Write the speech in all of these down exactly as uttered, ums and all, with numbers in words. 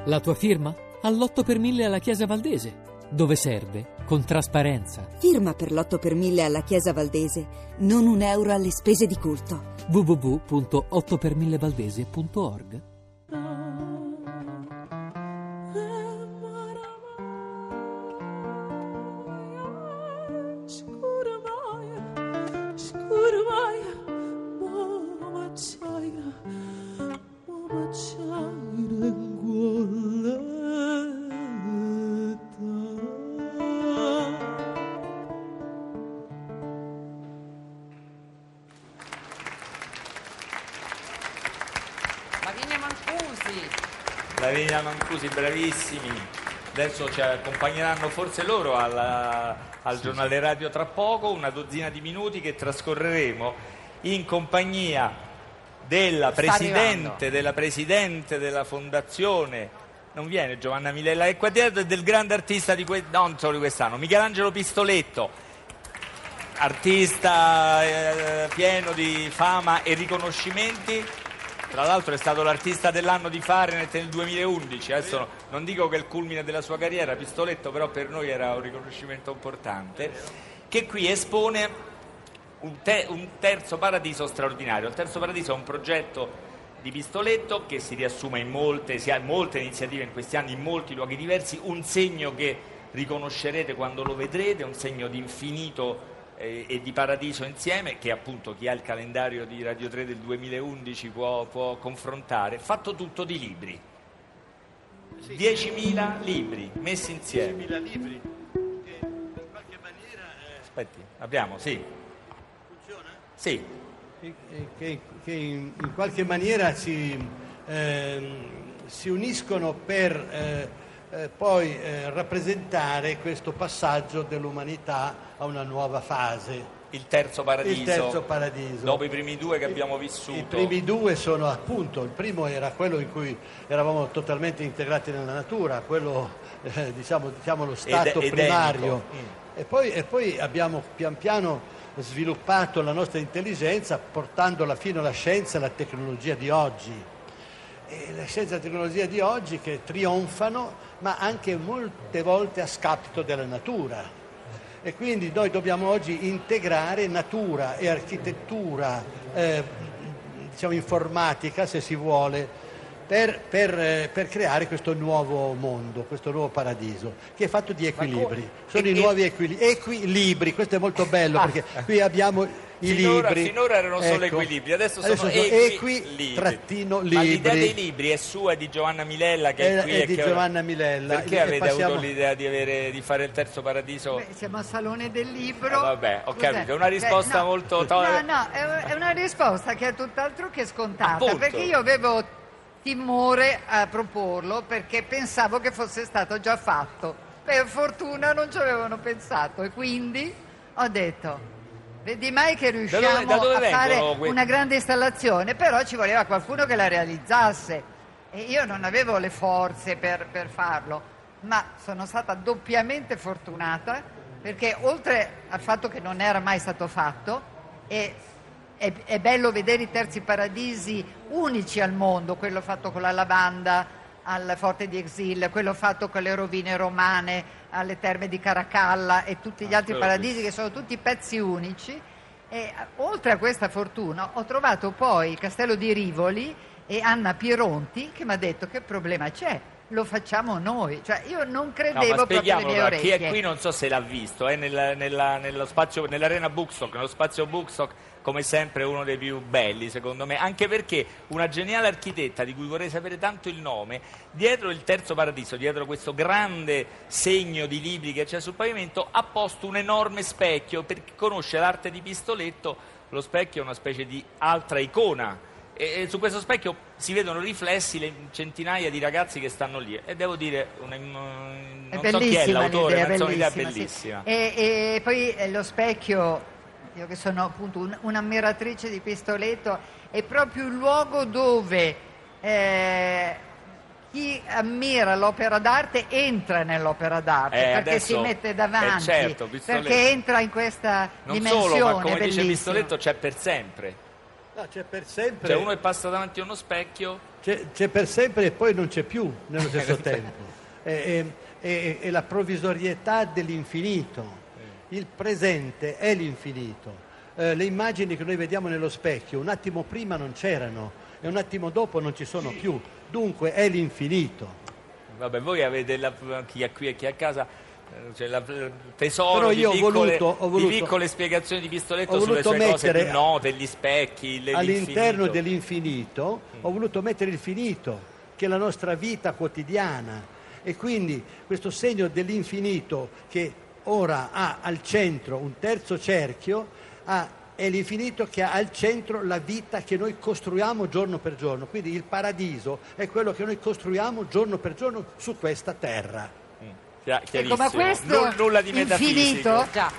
La tua firma? All'otto per mille alla Chiesa Valdese, dove serve con trasparenza. Firma per l'otto per mille alla Chiesa Valdese, non un euro alle spese di culto. w w w punto otto per mille valdese punto org. Lavinia Mancusi. Lavinia Mancusi, bravissimi. Adesso ci accompagneranno forse loro alla, al sì, giornale sì. radio tra poco, una dozzina di minuti che trascorreremo in compagnia della presidente, della presidente della fondazione, non viene Giovanna Milella, è qua dietro, e del grande artista di que- non solo di quest'anno, Michelangelo Pistoletto, artista eh, pieno di fama e riconoscimenti. Tra l'altro è stato l'artista dell'anno di Fahrenheit nel duemilaundici, adesso non dico che è il culmine della sua carriera, Pistoletto, però per noi era un riconoscimento importante, che qui espone un, te- un terzo paradiso straordinario. Il terzo paradiso è un progetto di Pistoletto che si riassume in molte, si ha molte iniziative in questi anni, in molti luoghi diversi, un segno che riconoscerete quando lo vedrete, un segno di infinito e di paradiso insieme, che appunto chi ha il calendario di Radio tre del duemilaundici può, può confrontare, fatto tutto di libri, sì. diecimila libri messi insieme. diecimila libri che in qualche maniera eh... aspetti, abbiamo, sì. Funziona? Sì. Che, che, che in, in qualche maniera si, eh, si uniscono per eh, Eh, poi eh, rappresentare questo passaggio dell'umanità a una nuova fase. Il terzo paradiso. Il terzo paradiso. Dopo i primi due che abbiamo vissuto. I primi due sono appunto, il primo era quello in cui eravamo totalmente integrati nella natura, quello eh, diciamo, diciamo lo stato ed, primario. Mm. E poi, e poi abbiamo pian piano sviluppato la nostra intelligenza portandola fino alla scienza e alla tecnologia di oggi. E la scienza e la tecnologia di oggi che trionfano, ma anche molte volte a scapito della natura. E quindi noi dobbiamo oggi integrare natura e architettura, eh, diciamo informatica se si vuole, per, per, eh, per creare questo nuovo mondo, questo nuovo paradiso, che è fatto di equilibri. Sono e, i nuovi equilibri. Equilibri, questo è molto bello, perché qui abbiamo i finora, libri. Finora erano solo ecco, equilibri, adesso, adesso sono, sono equi, equi trattino libri. Ma l'idea dei libri è sua, è di Giovanna Milella, che è, è qui è e di che Giovanna ora... Milella. Perché avete passiamo... avuto l'idea di, avere, di fare il terzo paradiso? Beh, siamo al Salone del Libro. Eh, vabbè, ho Cos'è? capito, è una risposta Beh, no, molto... No, no, è una risposta che è tutt'altro che scontata, Appunto. Perché io avevo timore a proporlo, perché pensavo che fosse stato già fatto. Per fortuna non ci avevano pensato e quindi ho detto... Vedi mai che riusciamo da dove, da dove a fare que... una grande installazione, però ci voleva qualcuno che la realizzasse e io non avevo le forze per, per farlo, ma sono stata doppiamente fortunata perché oltre al fatto che non era mai stato fatto, e, è, è bello vedere i terzi paradisi unici al mondo, quello fatto con la lavanda al Forte di Exil, quello fatto con le rovine romane alle terme di Caracalla e tutti gli altri paradisi che sono tutti pezzi unici. E oltre a questa fortuna ho trovato poi il castello di Rivoli e Anna Pieronti che mi ha detto: che problema c'è? Lo facciamo noi. Cioè io non credevo no, proprio alle mie orecchie. Chi è qui non so se l'ha visto, è nella, nella, nello spazio, nell'arena Bookstock, nello spazio Bookstock, come sempre uno dei più belli secondo me, anche perché una geniale architetta di cui vorrei sapere tanto il nome, dietro il terzo paradiso, dietro questo grande segno di libri che c'è sul pavimento, ha posto un enorme specchio. Per chi conosce l'arte di Pistoletto, lo specchio è una specie di altra icona e, e su questo specchio si vedono riflessi le centinaia di ragazzi che stanno lì e devo dire una, non è so chi è l'autore, ma è un'idea bellissima, bellissima. Sì. E, e poi eh, lo specchio, io che sono appunto un, un'ammiratrice di Pistoletto, è proprio il luogo dove eh, chi ammira l'opera d'arte entra nell'opera d'arte, eh, perché adesso, si mette davanti, eh, certo, perché entra in questa non dimensione solo, ma come bellissima. dice Pistoletto c'è per sempre. No, c'è per sempre. Cioè uno è passato davanti a uno specchio. C'è, c'è per sempre e poi non c'è più nello stesso tempo. È, è, è, è la provvisorietà dell'infinito. Il presente è l'infinito. Eh, le immagini che noi vediamo nello specchio un attimo prima non c'erano e un attimo dopo non ci sono più. Dunque è l'infinito. Vabbè, voi avete la, chi è qui e chi è a casa, cioè la, il tesoro Però di io ho piccole, voluto- ho voluto- di piccole spiegazioni di Pistoletto ho sulle voluto sue cose mettere più note, gli specchi, le, all'interno l'infinito. dell'infinito ho voluto mettere il finito, che è la nostra vita quotidiana, e quindi questo segno dell'infinito che ora ha al centro un terzo cerchio ha, è l'infinito che ha al centro la vita che noi costruiamo giorno per giorno. Quindi il paradiso è quello che noi costruiamo giorno per giorno su questa terra. Mm, chia- Ecco, ma chiarissimo. questo Nu- nulla di metafisico. infinito, Già.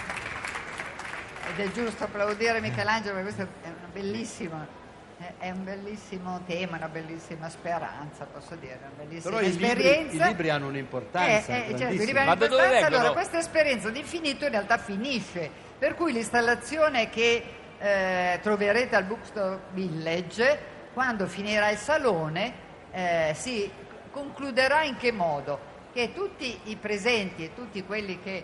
ed è giusto applaudire Michelangelo perché questo è una bellissima, è- è un bellissimo tema, una bellissima speranza, posso dire, una bellissima Però i libri, esperienza. i libri hanno un'importanza Eh, eh, certo, i grandissima. libri hanno Ma da dove importanza. vengono? Allora, questa esperienza di infinito in realtà finisce, per cui l'installazione che eh, troverete al Bookstore Village, quando finirà il salone, eh, si concluderà in che modo? Che tutti i presenti e tutti quelli che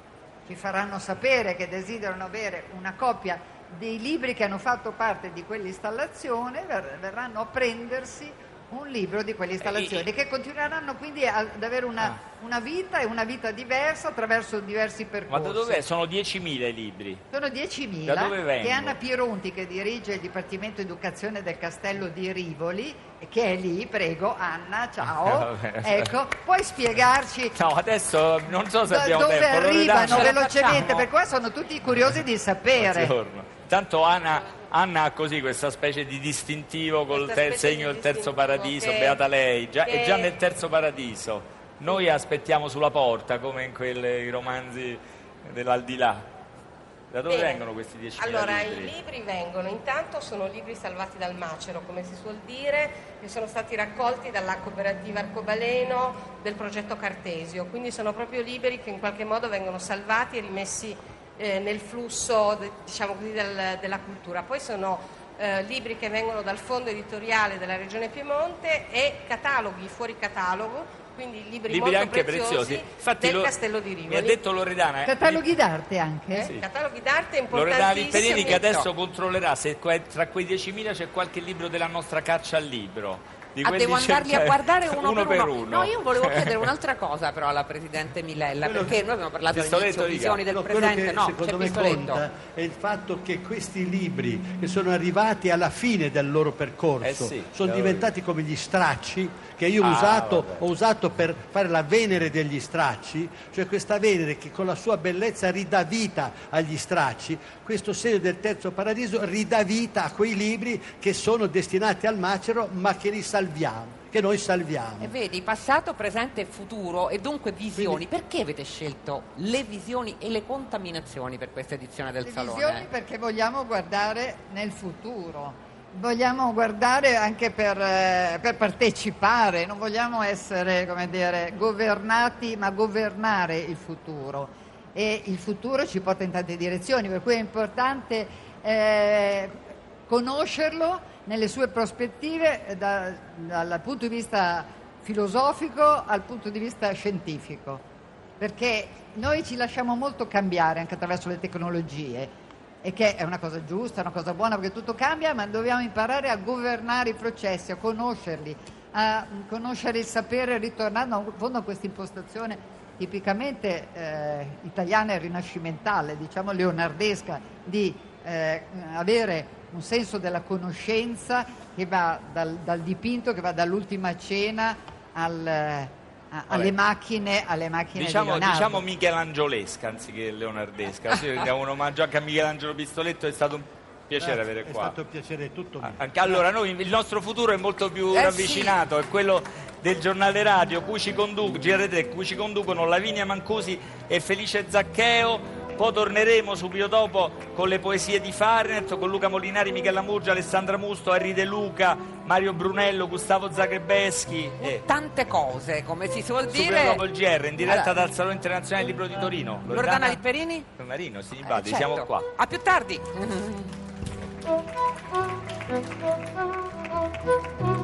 ci faranno sapere che desiderano avere una copia dei libri che hanno fatto parte di quell'installazione ver- verranno a prendersi un libro di quell'installazione, che continueranno quindi a- ad avere una, una vita e una vita diversa attraverso diversi Ma percorsi. da dov'è? Sono diecimila i libri. Sono diecimila Da dove vengono? che Anna Pironti, che dirige il Dipartimento Educazione del Castello di Rivoli, e che è lì, prego Anna, ciao, Vabbè. ecco, puoi spiegarci No, adesso non so se da abbiamo dove tempo. arrivano Loredana, ce la velocemente, facciamo? perché qua sono tutti curiosi di sapere. Buongiorno. Tanto Anna, Anna ha così questa specie di distintivo col Questa te- specie segno di del terzo distintivo paradiso, che- beata lei, già, che- è già nel terzo paradiso. Noi aspettiamo sulla porta, come in quei romanzi dell'aldilà. Da dove Bene. vengono questi diecimila Allora, libri? i libri vengono, intanto sono libri salvati dal macero, come si suol dire, che sono stati raccolti dalla cooperativa Arcobaleno del progetto Cartesio, quindi sono proprio libri che in qualche modo vengono salvati e rimessi eh, nel flusso de- diciamo così, del- della cultura. Poi sono eh, libri che vengono dal fondo editoriale della Regione Piemonte e cataloghi fuori catalogo, quindi libri, Libri molto anche preziosi, preziosi. Infatti del lo- Castello di Rivoli. Mi ha detto Loredana, eh, Cataloghi d'arte anche? Eh, Sì. Cataloghi d'arte Loredana importantissimi. Lipperini, che adesso controllerà se que- tra quei diecimila c'è qualche libro della nostra caccia al libro. Di Ah, quelli devo andarli c'è- a guardare uno, uno per per uno. uno. No, io volevo chiedere un'altra cosa però alla Presidente Milella, Quello perché che- noi abbiamo parlato Pistoletto, all'inizio dica. visioni del No, quello presente, che no, secondo c'è me Pistoletto. conta è il fatto che questi libri che sono arrivati alla fine del loro percorso Eh sì, sono chiaro. diventati come gli stracci che io ho, Ah, usato, vabbè. ho usato per fare la Venere degli stracci, cioè questa Venere che con la sua bellezza ridà vita agli stracci. Questo segno del terzo paradiso ridà vita a quei libri che sono destinati al macero ma che li salviamo, che noi salviamo. E vedi, passato, presente e futuro, e dunque visioni. Perché avete scelto le visioni e le contaminazioni per questa edizione del Le Salone? visioni perché vogliamo guardare nel futuro, vogliamo guardare anche per, eh, per partecipare, non vogliamo essere, come dire, governati, ma governare il futuro. E il futuro ci porta in tante direzioni, per cui è importante eh, conoscerlo nelle sue prospettive eh, da- dal punto di vista filosofico al punto di vista scientifico, perché noi ci lasciamo molto cambiare anche attraverso le tecnologie, e che è una cosa giusta, una cosa buona perché tutto cambia, ma dobbiamo imparare a governare i processi, a conoscerli, a conoscere il sapere, ritornando in fondo a questa impostazione tipicamente eh, italiana e rinascimentale, diciamo leonardesca, di eh, avere un senso della conoscenza che va dal, dal dipinto, che va dall'ultima cena al, a- alle macchine, alle macchine Diciamo, di Leonardo. diciamo michelangiolesca anziché leonardesca. Così diamo un omaggio anche a Michelangelo Pistoletto, è stato un piacere Grazie, avere è qua. stato un piacere tutto mio. Anche allora noi il nostro futuro è molto più Eh ravvicinato, è quello del giornale radio cui ci conducono, G R tre, cui ci conducono Lavinia Mancusi e Felice Zaccheo. Poi torneremo subito dopo con le poesie di Fahrenheit, con Luca Molinari, Michela Murgia, Alessandra Musto, Henry De Luca, Mario Brunello, Gustavo Zagrebeschi. E Tante cose, come si suol subito dire. dopo il G R in diretta Allora, dal Salone Internazionale del Libro di Torino. Loredana Lipperini? Marino, si Eh, Badi, certo. siamo qua. A più tardi. Thank you.